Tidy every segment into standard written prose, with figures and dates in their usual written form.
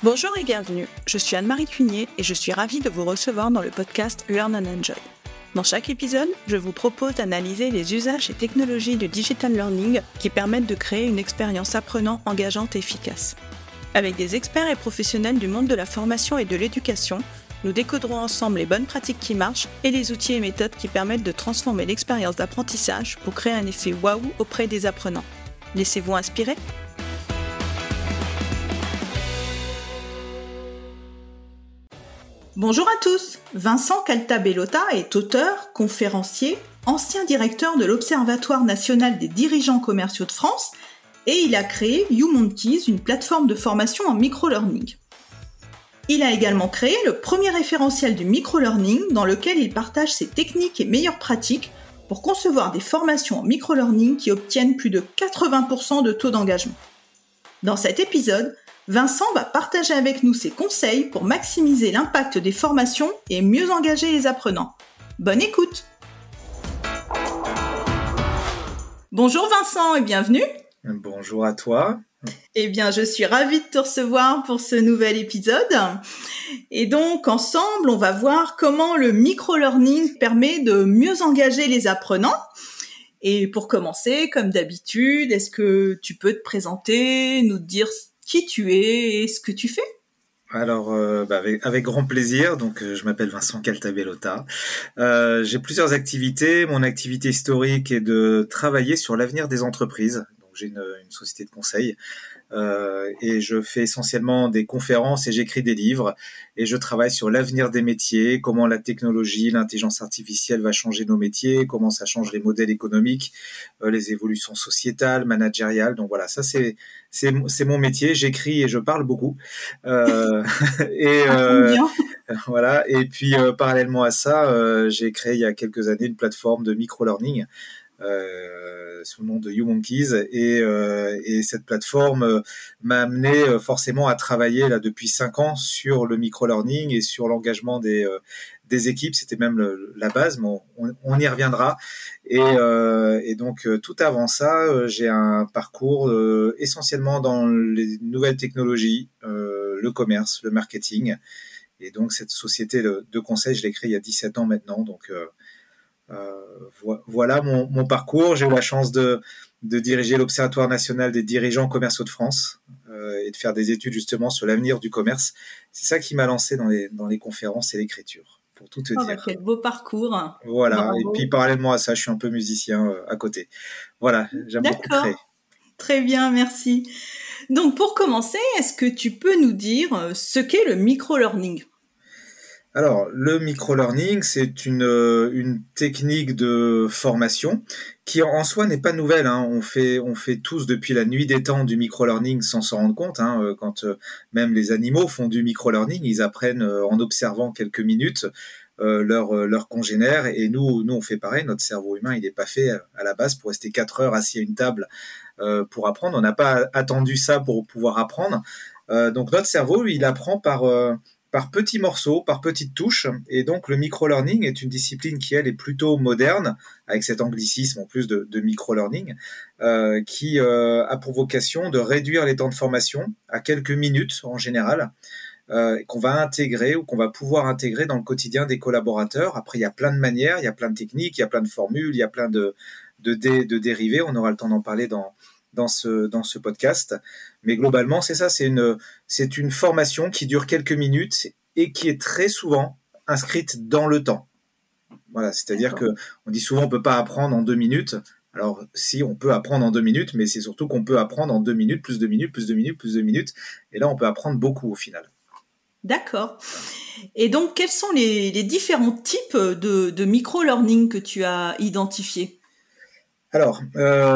Bonjour et bienvenue, je suis Anne-Marie Cunier et je suis ravie de vous recevoir dans le podcast Learn and Enjoy. Dans chaque épisode, je vous propose d'analyser les usages et technologies du digital learning qui permettent de créer une expérience apprenant engageante et efficace. Avec des experts et professionnels du monde de la formation et de l'éducation, nous décoderons ensemble les bonnes pratiques qui marchent et les outils et méthodes qui permettent de transformer l'expérience d'apprentissage pour créer un effet waouh auprès des apprenants. Laissez-vous inspirer. Bonjour à tous, Vincent Caltabellota est auteur, conférencier, ancien directeur de l'Observatoire national des dirigeants commerciaux de France et il a créé YouMonkeys, une plateforme de formation en micro-learning. Il a également créé le premier référentiel du micro-learning dans lequel il partage ses techniques et meilleures pratiques pour concevoir des formations en micro-learning qui obtiennent plus de 80% de taux d'engagement. Dans cet épisode, Vincent va partager avec nous ses conseils pour maximiser l'impact des formations et mieux engager les apprenants. Bonne écoute! Bonjour Vincent et bienvenue! Bonjour à toi! Eh bien, je suis ravie de te recevoir pour ce nouvel épisode. Et donc, ensemble, on va voir comment le micro-learning permet de mieux engager les apprenants. Et pour commencer, comme d'habitude, est-ce que tu peux te présenter, nous dire qui tu es et ce que tu fais? Alors, avec grand plaisir. Donc, je m'appelle Vincent Caltabellota. J'ai plusieurs activités. Mon activité historique est de travailler sur l'avenir des entreprises. Donc, j'ai une société de conseil et je fais essentiellement des conférences et j'écris des livres. Et je travaille sur l'avenir des métiers, comment la technologie, l'intelligence artificielle va changer nos métiers, comment ça change les modèles économiques, les évolutions sociétales, managériales. Donc voilà, ça c'est mon métier. J'écris et je parle beaucoup. Voilà. Et puis parallèlement à ça, j'ai créé il y a quelques années une plateforme de micro-learning sous le nom de YouMonkeys et cette plateforme m'a amené forcément à travailler là depuis 5 ans sur le micro-learning et sur l'engagement des équipes. C'était même la base, mais on y reviendra. Et donc tout avant ça, j'ai un parcours essentiellement dans les nouvelles technologies, le commerce, le marketing. Et donc cette société de conseil, je l'ai créée il y a 17 ans maintenant. Donc voilà mon parcours. J'ai eu la chance de diriger l'Observatoire national des dirigeants commerciaux de France et de faire des études justement sur l'avenir du commerce. C'est ça qui m'a lancé dans les conférences et l'écriture, pour tout te dire. Quel beau parcours. Voilà. Bravo. Et puis parallèlement à ça, je suis un peu musicien à côté. Voilà, j'aime beaucoup créer. Très bien, merci. Donc pour commencer, est-ce que tu peux nous dire ce qu'est le micro-learning ? Alors, le micro-learning, c'est une technique de formation qui en soi n'est pas nouvelle. Hein. On fait tous depuis la nuit des temps du micro-learning sans s'en rendre compte. Hein. Quand même les animaux font du micro-learning, ils apprennent en observant quelques minutes leurs congénères. Et nous, on fait pareil. Notre cerveau humain, il n'est pas fait à la base pour rester 4 heures assis à une table pour apprendre. On n'a pas attendu ça pour pouvoir apprendre. Donc notre cerveau, lui, il apprend par petits morceaux, par petites touches. Et donc, le micro-learning est une discipline qui, elle, est plutôt moderne, avec cet anglicisme en plus de micro-learning, qui a pour vocation de réduire les temps de formation à quelques minutes en général, qu'on va intégrer ou qu'on va pouvoir intégrer dans le quotidien des collaborateurs. Après, il y a plein de manières, il y a plein de techniques, il y a plein de formules, il y a plein de dérivés. On aura le temps d'en parler dans ce podcast. Mais globalement, c'est ça, c'est une formation qui dure quelques minutes et qui est très souvent inscrite dans le temps. Voilà, c'est-à-dire que on dit souvent on peut pas apprendre en 2 minutes. Alors, si on peut apprendre en 2 minutes, mais c'est surtout qu'on peut apprendre en 2 minutes, plus 2 minutes, plus 2 minutes, plus 2 minutes. Et là, on peut apprendre beaucoup au final. D'accord. Et donc, quels sont les différents types de micro-learning que tu as identifiés ? Alors,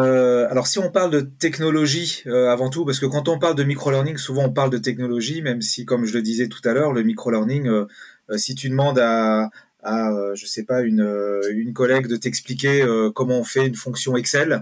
si on parle de technologie avant tout, parce que quand on parle de micro-learning, souvent on parle de technologie, même si, comme je le disais tout à l'heure, le micro-learning, si tu demandes à je sais pas, une collègue de t'expliquer comment on fait une fonction Excel,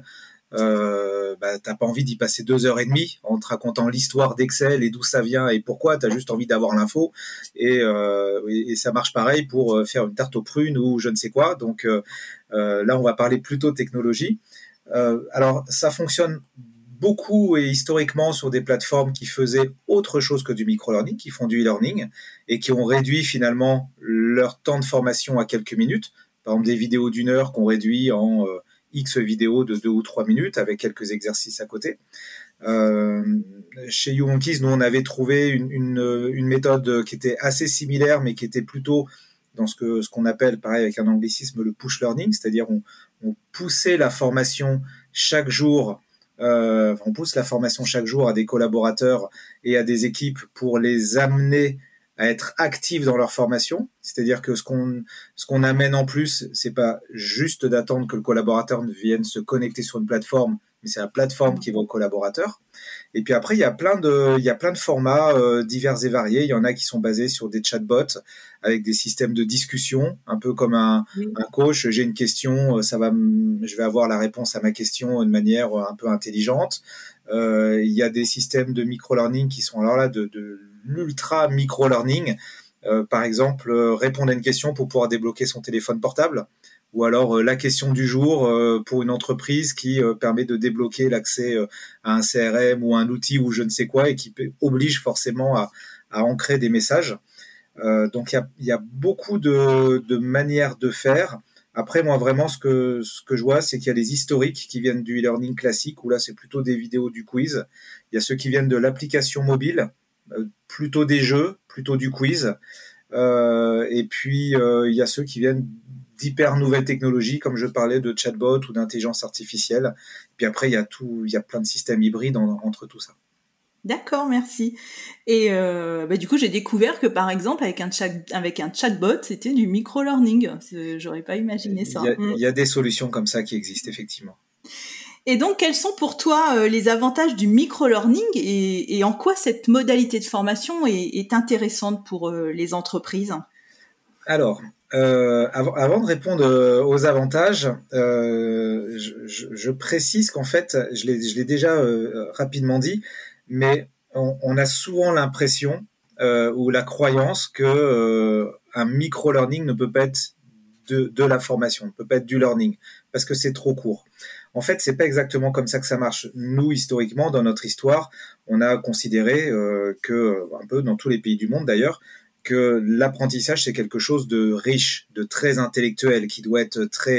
t'as pas envie d'y passer 2 heures et demie en te racontant l'histoire d'Excel et d'où ça vient et pourquoi. T'as juste envie d'avoir l'info et ça marche pareil pour faire une tarte aux prunes ou je ne sais quoi. Donc là, on va parler plutôt technologie. Alors, ça fonctionne beaucoup et historiquement sur des plateformes qui faisaient autre chose que du micro-learning, qui font du e-learning et qui ont réduit finalement leur temps de formation à quelques minutes. Par exemple, des vidéos d'1 heure qu'on réduit en X vidéos de 2 ou 3 minutes avec quelques exercices à côté. Chez YouMonkeys, nous, on avait trouvé une méthode qui était assez similaire, mais qui était plutôt dans ce qu'on appelle, pareil avec un anglicisme, le push learning, c'est-à-dire on poussait la formation chaque jour. On pousse la formation chaque jour à des collaborateurs et à des équipes pour les amener à être actifs dans leur formation. C'est-à-dire que ce qu'on amène en plus, c'est pas juste d'attendre que le collaborateur vienne se connecter sur une plateforme, mais c'est la plateforme qui va au collaborateur. Et puis après, il y a plein de formats divers et variés. Il y en a qui sont basés sur des chatbots avec des systèmes de discussion, un peu comme un coach. J'ai une question, je vais avoir la réponse à ma question de manière un peu intelligente. Il y a des systèmes de micro-learning qui sont alors là de l'ultra micro-learning. Par exemple, répondre à une question pour pouvoir débloquer son téléphone portable. Ou alors la question du jour pour une entreprise qui permet de débloquer l'accès à un CRM ou un outil ou je ne sais quoi et qui oblige forcément à ancrer des messages. Donc il y a beaucoup de manières de faire. Après, moi, vraiment, ce que je vois, c'est qu'il y a les historiques qui viennent du e-learning classique, où là, c'est plutôt des vidéos du quiz. Il y a ceux qui viennent de l'application mobile, plutôt des jeux, plutôt du quiz. Et puis, il y a ceux qui viennent d'hyper nouvelles technologies, comme je parlais de chatbot ou d'intelligence artificielle. Puis après, il y a plein de systèmes hybrides entre tout ça. D'accord, merci. Et du coup, j'ai découvert que par exemple, avec un chatbot, c'était du micro-learning. J'aurais pas imaginé ça. Il y a des solutions comme ça qui existent, effectivement. Et donc, quels sont pour toi les avantages du micro-learning et en quoi cette modalité de formation est intéressante pour les entreprises ? Alors, avant de répondre aux avantages, je précise qu'en fait, je l'ai déjà rapidement dit, mais on a souvent l'impression ou la croyance que un micro-learning ne peut pas être de la formation, ne peut pas être du learning, parce que c'est trop court. En fait, c'est pas exactement comme ça que ça marche. Nous, historiquement, dans notre histoire, on a considéré que, un peu dans tous les pays du monde d'ailleurs, que l'apprentissage, c'est quelque chose de riche, de très intellectuel, qui doit être très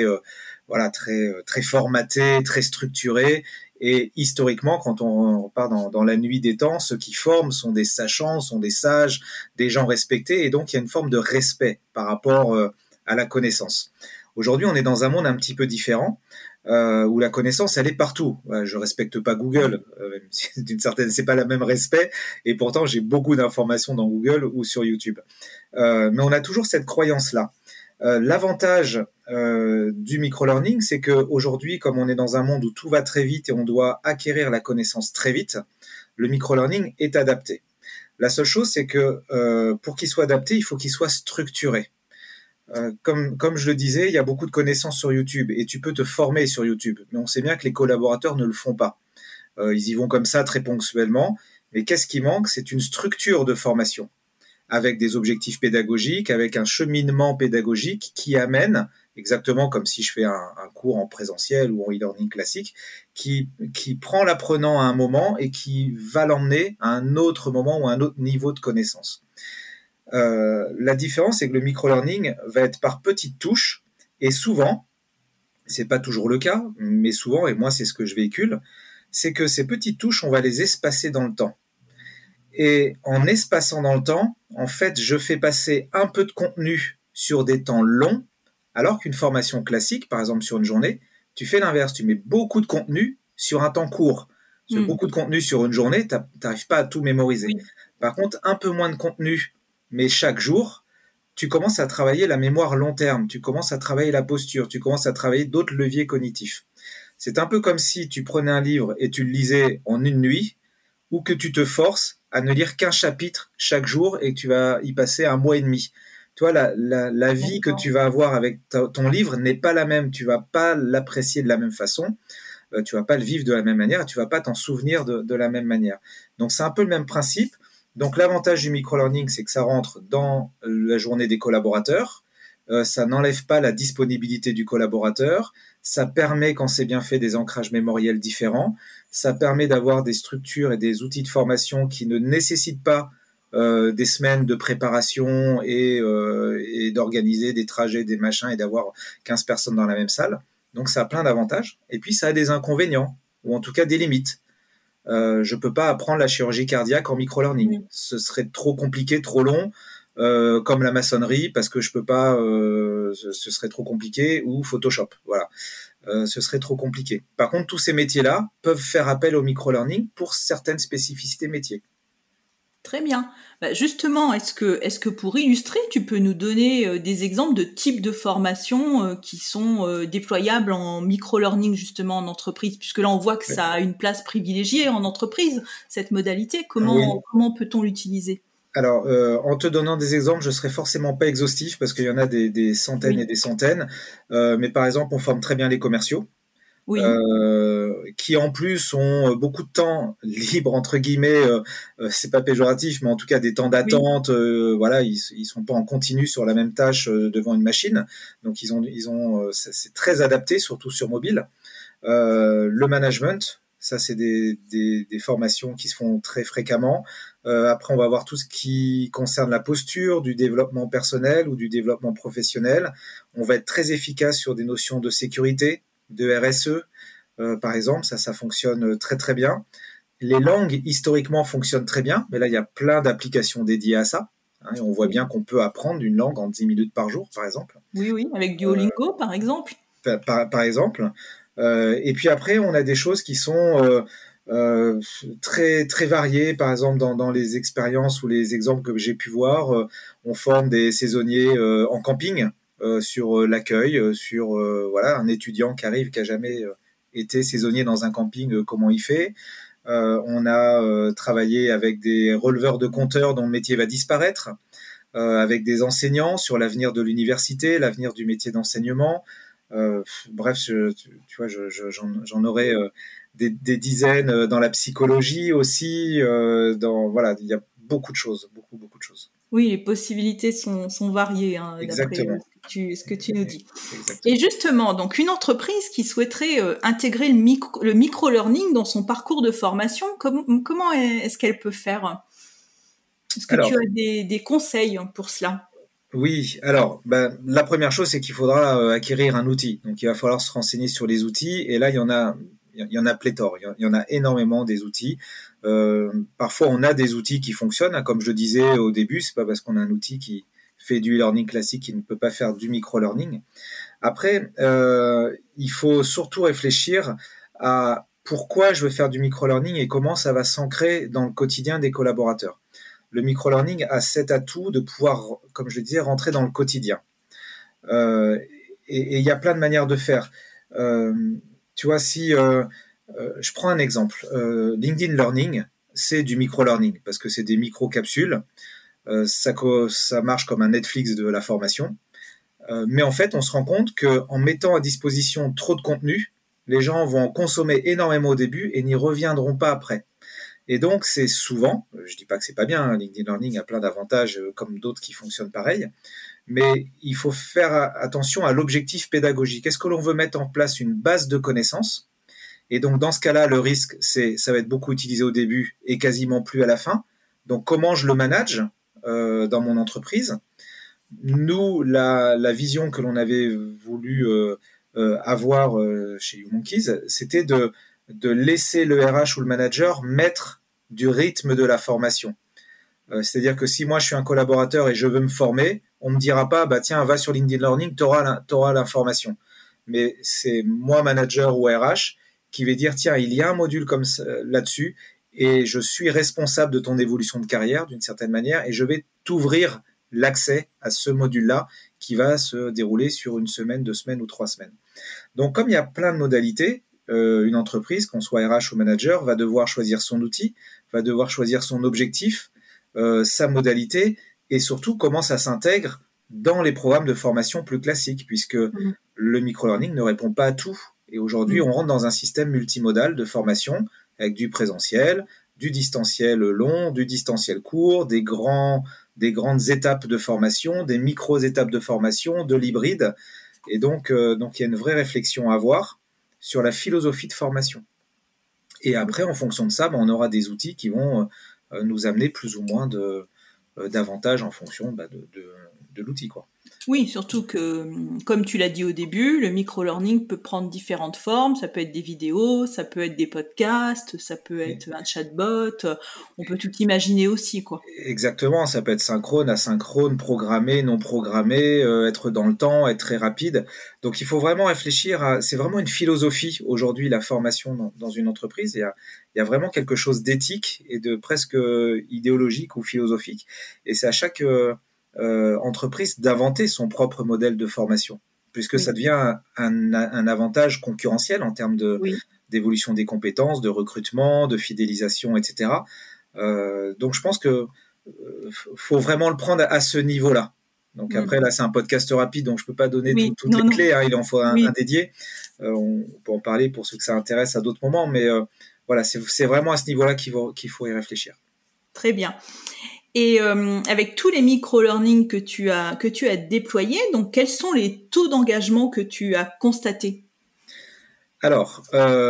formaté, très structuré. Et historiquement, quand on repart dans la nuit des temps, ceux qui forment sont des sachants, sont des sages, des gens respectés. Et donc, il y a une forme de respect par rapport à la connaissance. Aujourd'hui, on est dans un monde un petit peu différent. Où la connaissance, elle est partout. Je respecte pas Google, même si c'est pas le même respect, et pourtant j'ai beaucoup d'informations dans Google ou sur YouTube. Mais on a toujours cette croyance-là. L'avantage du micro-learning, c'est qu'aujourd'hui, comme on est dans un monde où tout va très vite et on doit acquérir la connaissance très vite, le micro-learning est adapté. La seule chose, c'est que pour qu'il soit adapté, il faut qu'il soit structuré. Comme je le disais, il y a beaucoup de connaissances sur YouTube et tu peux te former sur YouTube. Mais on sait bien que les collaborateurs ne le font pas. Ils y vont comme ça très ponctuellement. Mais qu'est-ce qui manque ? C'est une structure de formation avec des objectifs pédagogiques, avec un cheminement pédagogique qui amène, exactement comme si je fais un cours en présentiel ou en e-learning classique, qui prend l'apprenant à un moment et qui va l'emmener à un autre moment ou à un autre niveau de connaissance. La différence, c'est que le micro-learning va être par petites touches et souvent, c'est pas toujours le cas, mais souvent, et moi c'est ce que je véhicule, c'est que ces petites touches, on va les espacer dans le temps. Et en espaçant dans le temps, en fait, je fais passer un peu de contenu sur des temps longs, alors qu'une formation classique, par exemple sur une journée, tu fais l'inverse, tu mets beaucoup de contenu sur un temps court. Beaucoup de contenu sur une journée, t'arrives pas à tout mémoriser. Oui. Par contre, un peu moins de contenu, mais chaque jour, tu commences à travailler la mémoire long terme, tu commences à travailler la posture, tu commences à travailler d'autres leviers cognitifs. C'est un peu comme si tu prenais un livre et tu le lisais en une nuit, ou que tu te forces à ne lire qu'un chapitre chaque jour et que tu vas y passer 1 mois et demi. Toi, la vie que tu vas avoir avec ton livre n'est pas la même, tu vas pas l'apprécier de la même façon, tu vas pas le vivre de la même manière, tu vas pas t'en souvenir de la même manière. Donc c'est un peu le même principe. Donc l'avantage du micro-learning, c'est que ça rentre dans la journée des collaborateurs. ça n'enlève pas la disponibilité du collaborateur, ça permet, quand c'est bien fait, des ancrages mémoriels différents, ça permet d'avoir des structures et des outils de formation qui ne nécessitent pas des semaines de préparation et d'organiser des trajets, des machins et d'avoir 15 personnes dans la même salle. Donc ça a plein d'avantages. Et puis ça a des inconvénients, ou en tout cas des limites. Je peux pas apprendre la chirurgie cardiaque en micro-learning. Ce serait trop compliqué, trop long, comme la maçonnerie, parce que je peux pas, ce serait trop compliqué, ou Photoshop. Voilà. Ce serait trop compliqué. Par contre, tous ces métiers-là peuvent faire appel au micro-learning pour certaines spécificités métiers. Très bien. Justement, est-ce que pour illustrer, tu peux nous donner des exemples de types de formations qui sont déployables en micro-learning justement en entreprise, puisque là on voit que ça a une place privilégiée en entreprise, cette modalité. Comment peut-on l'utiliser ? Alors, en te donnant des exemples, je serai forcément pas exhaustif parce qu'il y en a des centaines et des centaines. Mais par exemple, on forme très bien les commerciaux. Qui en plus ont beaucoup de temps libre entre guillemets, c'est pas péjoratif, mais en tout cas des temps d'attente. Voilà, ils sont pas en continu sur la même tâche devant une machine, donc ils ont c'est très adapté, surtout sur mobile. Le management, ça c'est des formations qui se font très fréquemment. Après, on va voir tout ce qui concerne la posture, du développement personnel ou du développement professionnel. On va être très efficace sur des notions de sécurité, de RSE, par exemple, ça fonctionne très très bien. Les langues, historiquement, fonctionnent très bien, mais là, il y a plein d'applications dédiées à ça. Et on voit bien qu'on peut apprendre une langue en 10 minutes par jour, par exemple. Oui, avec Duolingo, par exemple. Par exemple. Et puis après, on a des choses qui sont très très variées. Par exemple, dans les expériences ou les exemples que j'ai pu voir, on forme des saisonniers en camping. Sur l'accueil, sur voilà, un étudiant qui arrive, qui a jamais été saisonnier dans un camping, comment il fait. On a travaillé avec des releveurs de compteurs dont le métier va disparaître, avec des enseignants sur l'avenir de l'université, l'avenir du métier d'enseignement. Bref, tu vois, j'en aurais des dizaines dans la psychologie aussi. Voilà, il y a beaucoup de choses, beaucoup de choses. Oui, les possibilités sont variées, hein, d'après ce que tu nous dis. Exactement. Et justement, donc une entreprise qui souhaiterait intégrer le micro-learning dans son parcours de formation, comment est-ce qu'elle peut faire ? Est-ce que tu as des conseils pour cela ? Oui, alors la première chose, c'est qu'il faudra acquérir un outil. Donc il va falloir se renseigner sur les outils, et là il y en a pléthore, il y en a énormément des outils. Parfois on a des outils qui fonctionnent, hein, comme je disais au début, c'est pas parce qu'on a un outil qui fait du e-learning classique qu'il ne peut pas faire du micro-learning. Après, il faut surtout réfléchir à pourquoi je veux faire du micro-learning et comment ça va s'ancrer dans le quotidien des collaborateurs. Le micro-learning a cet atout de pouvoir, comme je le disais, rentrer dans le quotidien. Et il y a plein de manières de faire. Tu vois, si je prends un exemple, LinkedIn Learning, c'est du micro-learning parce que c'est des micro-capsules. Ça marche comme un Netflix de la formation. Mais en fait, on se rend compte qu'en mettant à disposition trop de contenu, les gens vont en consommer énormément au début et n'y reviendront pas après. Et donc, c'est souvent, je dis pas que c'est pas bien, hein, LinkedIn Learning a plein d'avantages comme d'autres qui fonctionnent pareil, mais il faut faire attention à l'objectif pédagogique. Est-ce que l'on veut mettre en place une base de connaissances ? Et donc, dans ce cas-là, le risque, ça va être beaucoup utilisé au début et quasiment plus à la fin. Donc, comment je le manage dans mon entreprise ? Nous, la vision que l'on avait voulu avoir chez YouMonkeys, c'était de laisser le RH ou le manager mettre du rythme de la formation. C'est-à-dire que si moi je suis un collaborateur et je veux me former, on me dira pas tiens, va sur LinkedIn Learning, t'auras l'information. Mais c'est moi, manager ou RH, qui vais dire tiens, il y a un module comme ça, là-dessus, et je suis responsable de ton évolution de carrière d'une certaine manière, et je vais t'ouvrir l'accès à ce module-là qui va se dérouler sur une semaine, 2 semaines ou 3 semaines. Donc comme il y a plein de modalités, une entreprise, qu'on soit RH ou manager, va devoir choisir son outil, va devoir choisir son objectif, sa modalité, et surtout comment ça s'intègre dans les programmes de formation plus classiques, puisque le micro-learning ne répond pas à tout. Et aujourd'hui, on rentre dans un système multimodal de formation avec du présentiel, du distanciel long, du distanciel court, des grands des grandes étapes de formation, des micro-étapes de formation, de l'hybride. Et donc, il y a une vraie réflexion à avoir sur la philosophie de formation. Et après, en fonction de ça, on aura des outils qui vont nous amener plus ou moins d'avantages en fonction de l'outil, quoi. Oui, surtout que, comme tu l'as dit au début, le micro-learning peut prendre différentes formes. Ça peut être des vidéos, ça peut être des podcasts, ça peut être un chatbot. On peut tout imaginer aussi, quoi. Exactement, ça peut être synchrone, asynchrone, programmé, non programmé, être dans le temps, être très rapide. Donc il faut vraiment réfléchir c'est vraiment une philosophie aujourd'hui, la formation dans une entreprise. Il y a vraiment quelque chose d'éthique et de presque idéologique ou philosophique. Et c'est à chaque entreprise d'inventer son propre modèle de formation, puisque ça devient un avantage concurrentiel en termes d'évolution des compétences, de recrutement, de fidélisation, etc. Donc je pense que faut vraiment le prendre à ce niveau-là. Donc après, là, c'est un podcast rapide, donc je peux pas donner toutes les clés, hein, il en faut un dédié. On peut en parler pour ceux que ça intéresse à d'autres moments, mais voilà, c'est vraiment à ce niveau-là qu'il faut y réfléchir. Très bien. Et avec tous les micro-learning que tu as déployés, donc quels sont les taux d'engagement que tu as constatés ? Alors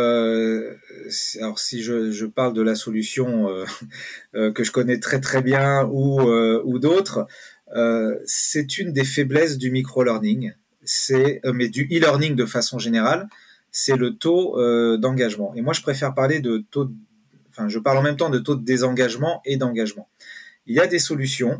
si je parle de la solution que je connais très très bien ou d'autres, c'est une des faiblesses du micro-learning, mais du e-learning de façon générale, c'est le taux d'engagement. Et moi, je préfère parler je parle en même temps de taux de désengagement et d'engagement. Il y a des solutions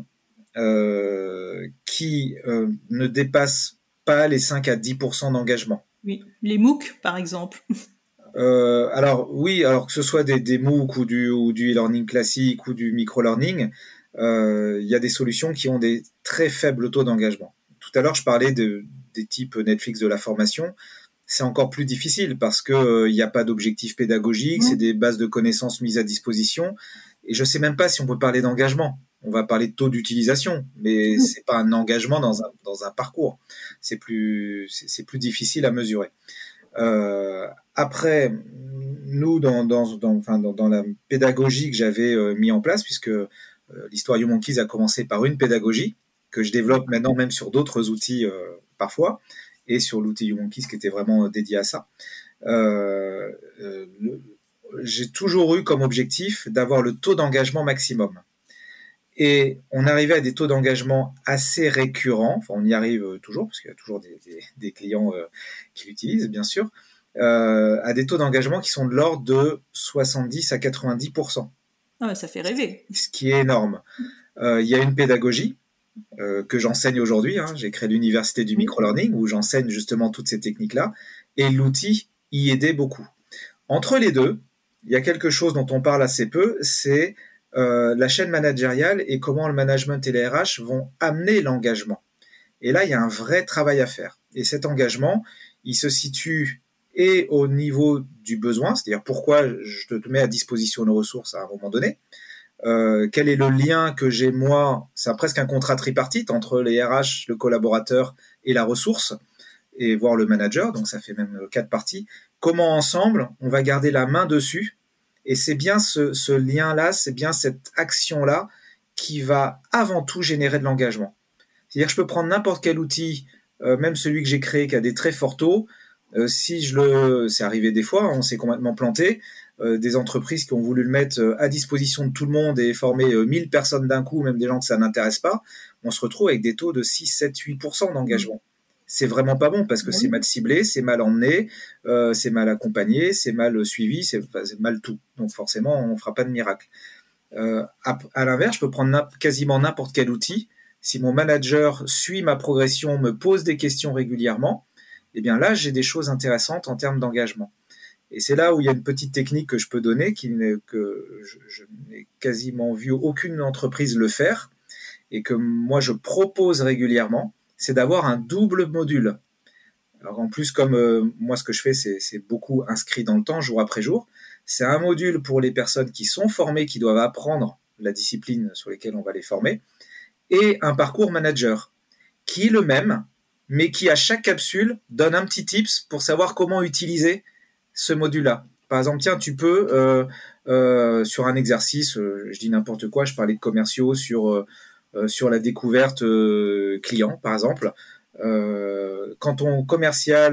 qui ne dépassent pas les 5 à 10% d'engagement. Oui, les MOOC, par exemple. Alors que ce soit des MOOC ou du e-learning classique ou du micro-learning, il y a des solutions qui ont des très faibles taux d'engagement. Tout à l'heure, je parlais des types Netflix de la formation. C'est encore plus difficile parce que il n'y a pas d'objectif pédagogique, c'est des bases de connaissances mises à disposition. Et je ne sais même pas si on peut parler d'engagement. On va parler de taux d'utilisation, mais c'est pas un engagement dans un parcours. C'est plus difficile à mesurer. Après, nous, dans la pédagogie que j'avais mis en place, puisque l'histoire YouMonkeys a commencé par une pédagogie que je développe maintenant même sur d'autres outils parfois, et sur l'outil YouMonkeys qui était vraiment dédié à ça. J'ai toujours eu comme objectif d'avoir le taux d'engagement maximum. Et on arrivait à des taux d'engagement assez récurrents, enfin on y arrive toujours, parce qu'il y a toujours des clients qui l'utilisent, bien sûr, à des taux d'engagement qui sont de l'ordre de 70 à 90%. Ah, ça fait rêver. Ce qui est énorme. Il y a une pédagogie que j'enseigne aujourd'hui, hein. J'ai créé l'université du micro-learning où j'enseigne justement toutes ces techniques-là, et l'outil y aidait beaucoup. Entre les deux, il y a quelque chose dont on parle assez peu, c'est la chaîne managériale et comment le management et les RH vont amener l'engagement. Et là, il y a un vrai travail à faire. Et cet engagement, il se situe et au niveau du besoin, c'est-à-dire pourquoi je te mets à disposition une ressource à un moment donné, quel est le lien que j'ai moi, c'est presque un contrat tripartite entre les RH, le collaborateur et la ressource, et voire le manager, donc ça fait même 4 parties. Comment ensemble, on va garder la main dessus. Et c'est bien ce lien-là, c'est bien cette action-là qui va avant tout générer de l'engagement. C'est-à-dire que je peux prendre n'importe quel outil, même celui que j'ai créé qui a des très forts taux, c'est arrivé des fois, on s'est complètement planté, des entreprises qui ont voulu le mettre à disposition de tout le monde et former 1000 personnes d'un coup, même des gens que ça n'intéresse pas, on se retrouve avec des taux de 6, 7, 8% d'engagement. C'est vraiment pas bon parce que c'est mal ciblé, c'est mal emmené, c'est mal accompagné, c'est mal suivi, c'est mal tout. Donc forcément, on ne fera pas de miracle. À l'inverse, je peux prendre quasiment n'importe quel outil. Si mon manager suit ma progression, me pose des questions régulièrement, eh bien là, j'ai des choses intéressantes en termes d'engagement. Et c'est là où il y a une petite technique que je peux donner, que je n'ai quasiment vu aucune entreprise le faire, et que moi je propose régulièrement, c'est d'avoir un double module. Alors en plus, comme moi ce que je fais, c'est beaucoup inscrit dans le temps, jour après jour. C'est un module pour les personnes qui sont formées, qui doivent apprendre la discipline sur laquelle on va les former, et un parcours manager, qui est le même, mais qui à chaque capsule donne un petit tips pour savoir comment utiliser ce module-là. Par exemple, tiens, tu peux, sur un exercice, je dis n'importe quoi, je parlais de commerciaux, sur sur la découverte client, par exemple. Quand ton commercial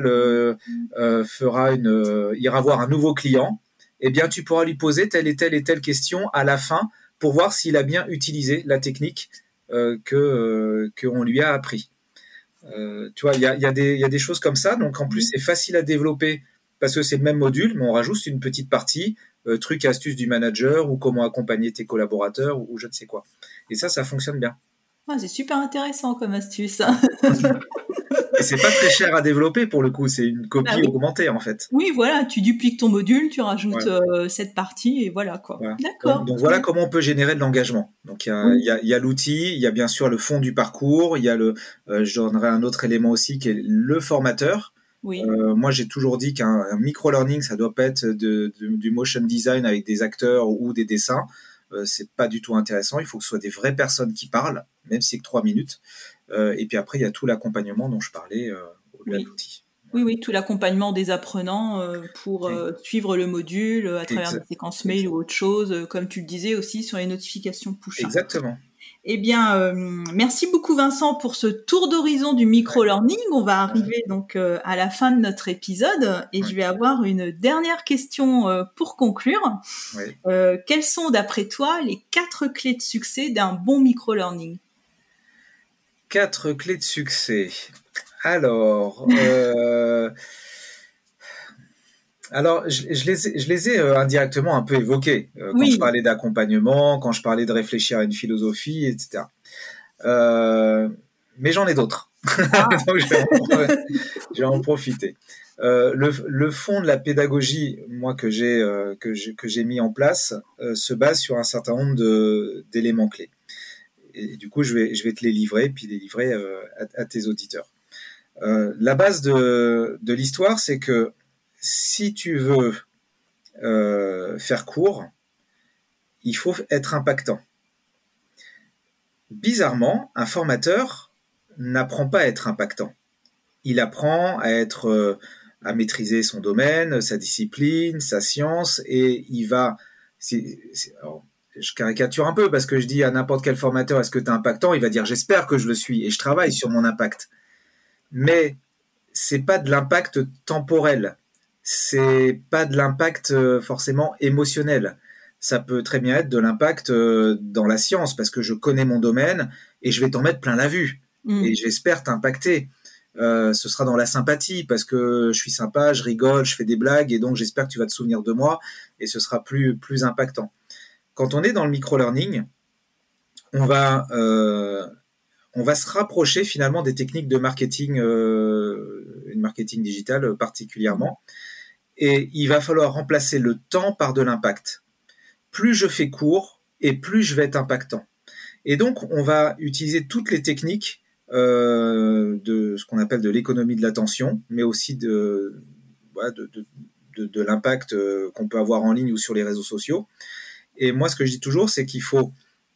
ira voir un nouveau client, eh bien, tu pourras lui poser telle et telle question à la fin pour voir s'il a bien utilisé la technique qu'on lui a appris. Tu vois, il y a des choses comme ça. Donc, en plus, c'est facile à développer parce que c'est le même module, mais on rajoute une petite partie, trucs et astuces du manager ou comment accompagner tes collaborateurs ou je ne sais quoi. Et ça fonctionne bien. Ah, c'est super intéressant comme astuce. Et c'est pas très cher à développer pour le coup, c'est une copie oui. augmentée en fait. Oui, voilà, tu dupliques ton module, tu rajoutes cette partie et voilà quoi. Voilà. D'accord. Donc voilà comment on peut générer de l'engagement. Donc il y a l'outil, il y a bien sûr le fond du parcours, il y a je donnerai un autre élément aussi qui est le formateur. Oui. Moi j'ai toujours dit qu'un micro-learning ça doit pas être du motion design avec des acteurs ou des dessins. C'est pas du tout intéressant. Il faut que ce soit des vraies personnes qui parlent, même si c'est que 3 minutes. Et puis après, il y a tout l'accompagnement dont je parlais au-delà de l'outil. Oui, tout l'accompagnement des apprenants pour suivre le module à travers des séquences mail ou autre chose, comme tu le disais aussi sur les notifications push. Exactement. Eh bien, merci beaucoup Vincent pour ce tour d'horizon du micro-learning. On va arriver donc à la fin de notre épisode et je vais avoir une dernière question pour conclure. Quelles sont d'après toi les 4 clés de succès d'un bon micro-learning ? 4 clés de succès. Alors, je les ai indirectement un peu évoqués quand je parlais d'accompagnement, quand je parlais de réfléchir à une philosophie, etc. Mais j'en ai d'autres. Donc, je vais en profiter. Le fond de la pédagogie, moi que j'ai mis en place, se base sur un certain nombre d'éléments clés. Et du coup, je vais te les livrer, puis les livrer à tes auditeurs. La base de l'histoire, c'est que si tu veux faire court, il faut être impactant. Bizarrement, un formateur n'apprend pas à être impactant. Il apprend à maîtriser son domaine, sa discipline, sa science, et il va... Alors, je caricature un peu parce que je dis à n'importe quel formateur, est-ce que tu es impactant ? Il va dire, j'espère que je le suis, et je travaille sur mon impact. Mais c'est pas de l'impact temporel, c'est pas de l'impact forcément émotionnel. Ça peut très bien être de l'impact dans la science parce que je connais mon domaine et je vais t'en mettre plein la vue et j'espère t'impacter. Ce sera dans la sympathie parce que je suis sympa, je rigole, je fais des blagues et donc j'espère que tu vas te souvenir de moi et ce sera plus impactant. Quand on est dans le micro-learning, on va se rapprocher finalement des techniques de marketing, marketing digital particulièrement. Et il va falloir remplacer le temps par de l'impact. Plus je fais court et plus je vais être impactant. Et donc, on va utiliser toutes les techniques de ce qu'on appelle de l'économie de l'attention, mais aussi de l'impact qu'on peut avoir en ligne ou sur les réseaux sociaux. Et moi, ce que je dis toujours, c'est qu'il faut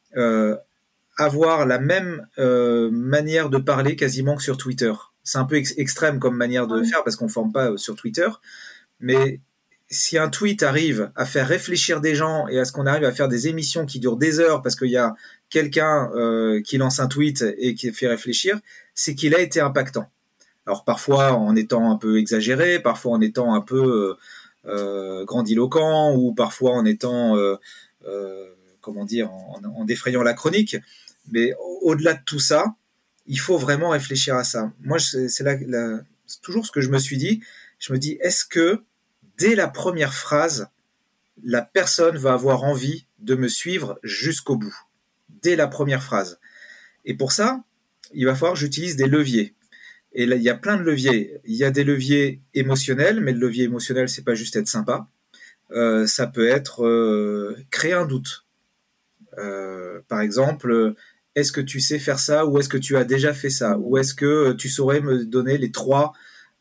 avoir la même manière de parler quasiment que sur Twitter. C'est un peu extrême comme manière de faire parce qu'on ne forme pas sur Twitter. Mais si un tweet arrive à faire réfléchir des gens et à ce qu'on arrive à faire des émissions qui durent des heures parce qu'il y a quelqu'un qui lance un tweet et qui fait réfléchir, c'est qu'il a été impactant. Alors parfois en étant un peu exagéré, parfois en étant un peu grandiloquent ou parfois en étant, en défrayant la chronique. Mais au-delà de tout ça, il faut vraiment réfléchir à ça. Moi, c'est toujours ce que je me suis dit. Je me dis, est-ce que dès la première phrase, la personne va avoir envie de me suivre jusqu'au bout, dès la première phrase. Et pour ça, il va falloir que j'utilise des leviers. Et là, il y a plein de leviers. Il y a des leviers émotionnels, mais le levier émotionnel, c'est pas juste être sympa. Ça peut être créer un doute. Par exemple, est-ce que tu sais faire ça ou est-ce que tu as déjà fait ça ? Ou est-ce que tu saurais me donner les trois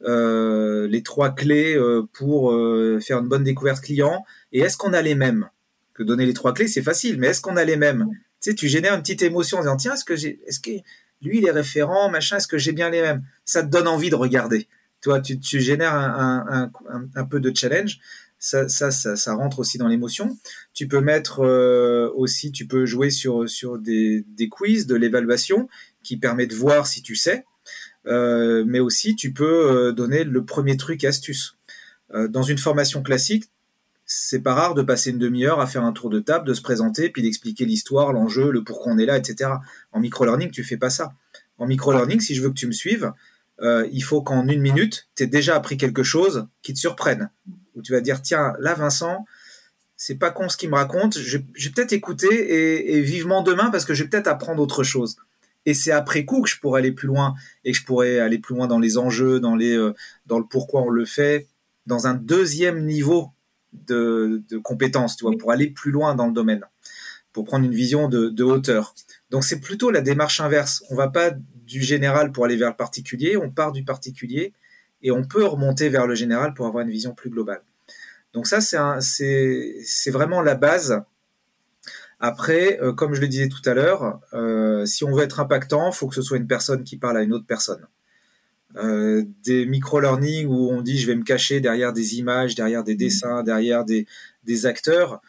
clés pour faire une bonne découverte client, et est-ce qu'on a les mêmes ? Que donner les 3 clés, c'est facile, mais est-ce qu'on a les mêmes ? Tu sais, tu génères une petite émotion en disant, tiens, est-ce que lui, il est référent, machin, est-ce que j'ai bien les mêmes ? Ça te donne envie de regarder. Toi, tu génères un peu de challenge. Ça rentre aussi dans l'émotion. Tu peux mettre aussi, tu peux jouer sur des quiz, de l'évaluation qui permet de voir si tu sais. Mais aussi, tu peux donner le premier truc astuce. Dans une formation classique, c'est pas rare de passer une demi-heure à faire un tour de table, de se présenter, puis d'expliquer l'histoire, l'enjeu, le pourquoi on est là, etc. En micro-learning, tu fais pas ça. En micro-learning, si je veux que tu me suives, il faut qu'en 1 minute, tu aies déjà appris quelque chose qui te surprenne. Où tu vas dire, tiens, là, Vincent, c'est pas con ce qu'il me raconte, je vais peut-être écouter et vivement demain parce que je vais peut-être apprendre autre chose. Et c'est après coup que je pourrais aller plus loin et que je pourrais aller plus loin dans les enjeux, dans le pourquoi on le fait, dans un deuxième niveau de compétences, tu vois, pour aller plus loin dans le domaine, pour prendre une vision de hauteur. Donc c'est plutôt la démarche inverse. On va pas du général pour aller vers le particulier, on part du particulier et on peut remonter vers le général pour avoir une vision plus globale. Donc ça, c'est vraiment la base. Après, comme je le disais tout à l'heure, si on veut être impactant, il faut que ce soit une personne qui parle à une autre personne. Des micro-learning où on dit je vais me cacher derrière des images, derrière des dessins, derrière des acteurs,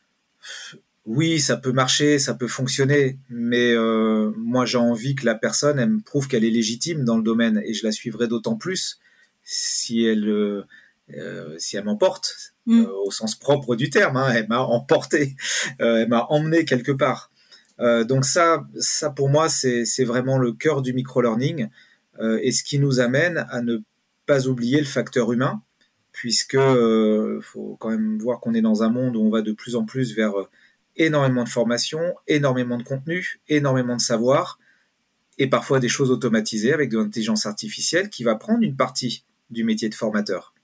oui, ça peut marcher, ça peut fonctionner, mais moi j'ai envie que la personne, elle me prouve qu'elle est légitime dans le domaine et je la suivrai d'autant plus si elle m'emporte, au sens propre du terme, hein, elle m'a emporté, elle m'a emmené quelque part. Donc ça pour moi c'est vraiment le cœur du micro-learning et ce qui nous amène à ne pas oublier le facteur humain, puisque faut quand même voir qu'on est dans un monde où on va de plus en plus vers énormément de formation, énormément de contenu, énormément de savoir et parfois des choses automatisées avec de l'intelligence artificielle qui va prendre une partie du métier de formateur.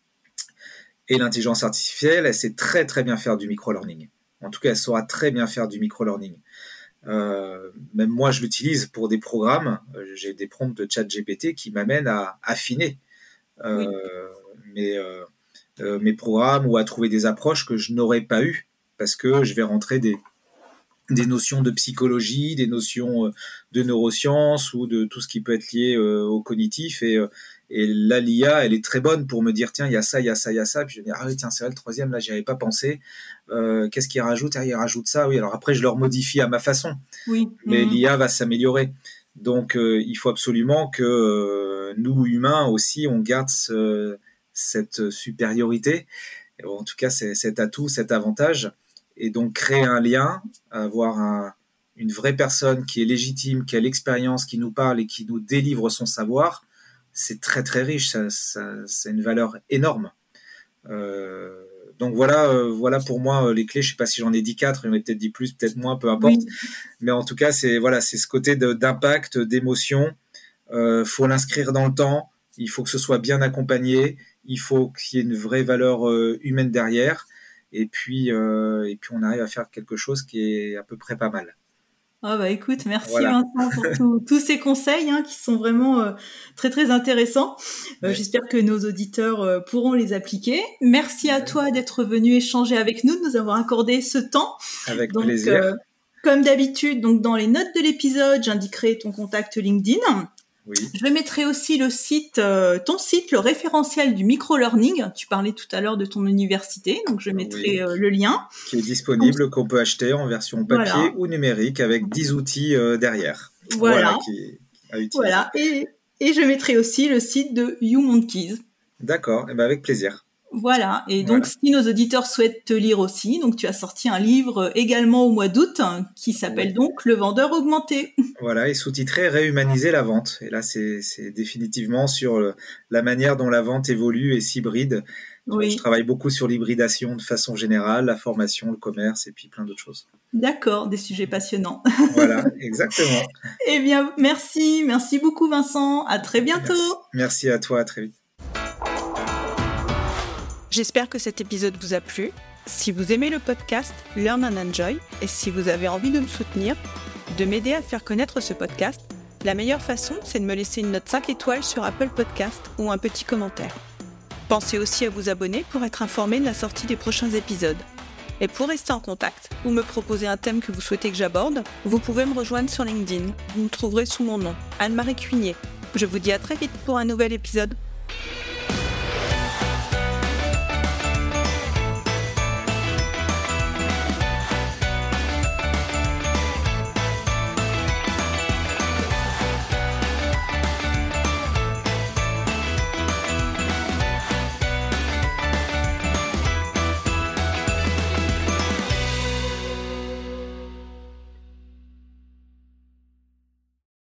Et l'intelligence artificielle, elle sait très très bien faire du micro-learning. En tout cas, elle saura très bien faire du micro-learning. Même moi, je l'utilise pour des programmes. J'ai des prompts de ChatGPT qui m'amènent à affiner mes programmes ou à trouver des approches que je n'aurais pas eues parce que je vais rentrer des notions de psychologie, des notions de neurosciences ou de tout ce qui peut être lié au cognitif. Et là, l'IA, elle est très bonne pour me dire, tiens, il y a ça, il y a ça, il y a ça. Puis je vais dire, ah oui, tiens, c'est vrai, le troisième, là, j'y avais pas pensé. Qu'est-ce qu'il rajoute ? Ah, il rajoute ça, oui. Alors après, je le remodifie à ma façon. Oui. Mais l'IA va s'améliorer. Donc, il faut absolument que nous, humains aussi, on garde cette supériorité. En tout cas, cet atout, cet avantage. Et donc, créer un lien, avoir une vraie personne qui est légitime, qui a l'expérience, qui nous parle et qui nous délivre son savoir, c'est très, très riche. C'est une valeur énorme. Donc, voilà pour moi les clés. Je ne sais pas si j'en ai dit 4, j'en ai peut-être dit plus, peut-être moins, peu importe. Oui. Mais en tout cas, c'est ce côté d'impact, d'émotion. Faut l'inscrire dans le temps. Il faut que ce soit bien accompagné. Il faut qu'il y ait une vraie valeur humaine derrière. Et puis on arrive à faire quelque chose qui est à peu près pas mal. Ah bah écoute, merci Vincent pour tous ces conseils qui sont vraiment très très intéressants. J'espère que nos auditeurs pourront les appliquer. Merci à toi d'être venu échanger avec nous, de nous avoir accordé ce temps. Avec plaisir. Comme d'habitude, donc dans les notes de l'épisode, j'indiquerai ton contact LinkedIn. Oui. Je mettrai aussi ton site, le référentiel du micro-learning. Tu parlais tout à l'heure de ton université, donc je mettrai le lien. Qui est disponible, qu'on peut acheter en version papier ou numérique avec 10 outils derrière. Voilà. À utiliser. Et je mettrai aussi le site de YouMonkeys. D'accord, et ben avec plaisir. Voilà, et donc si nos auditeurs souhaitent te lire aussi, donc tu as sorti un livre également au mois d'août qui s'appelle donc Le vendeur augmenté. Voilà, et sous-titré Réhumaniser la vente. Et là, c'est définitivement sur la manière dont la vente évolue et s'hybride. Oui. Je travaille beaucoup sur l'hybridation de façon générale, la formation, le commerce et puis plein d'autres choses. D'accord, des sujets passionnants. Voilà, exactement. Eh bien, merci beaucoup Vincent, à très bientôt. Merci à toi, à très vite. J'espère que cet épisode vous a plu. Si vous aimez le podcast Learn and Enjoy et si vous avez envie de me soutenir, de m'aider à faire connaître ce podcast, la meilleure façon, c'est de me laisser une note 5 étoiles sur Apple Podcast ou un petit commentaire. Pensez aussi à vous abonner pour être informé de la sortie des prochains épisodes. Et pour rester en contact ou me proposer un thème que vous souhaitez que j'aborde, vous pouvez me rejoindre sur LinkedIn. Vous me trouverez sous mon nom, Anne-Marie Cuinier. Je vous dis à très vite pour un nouvel épisode.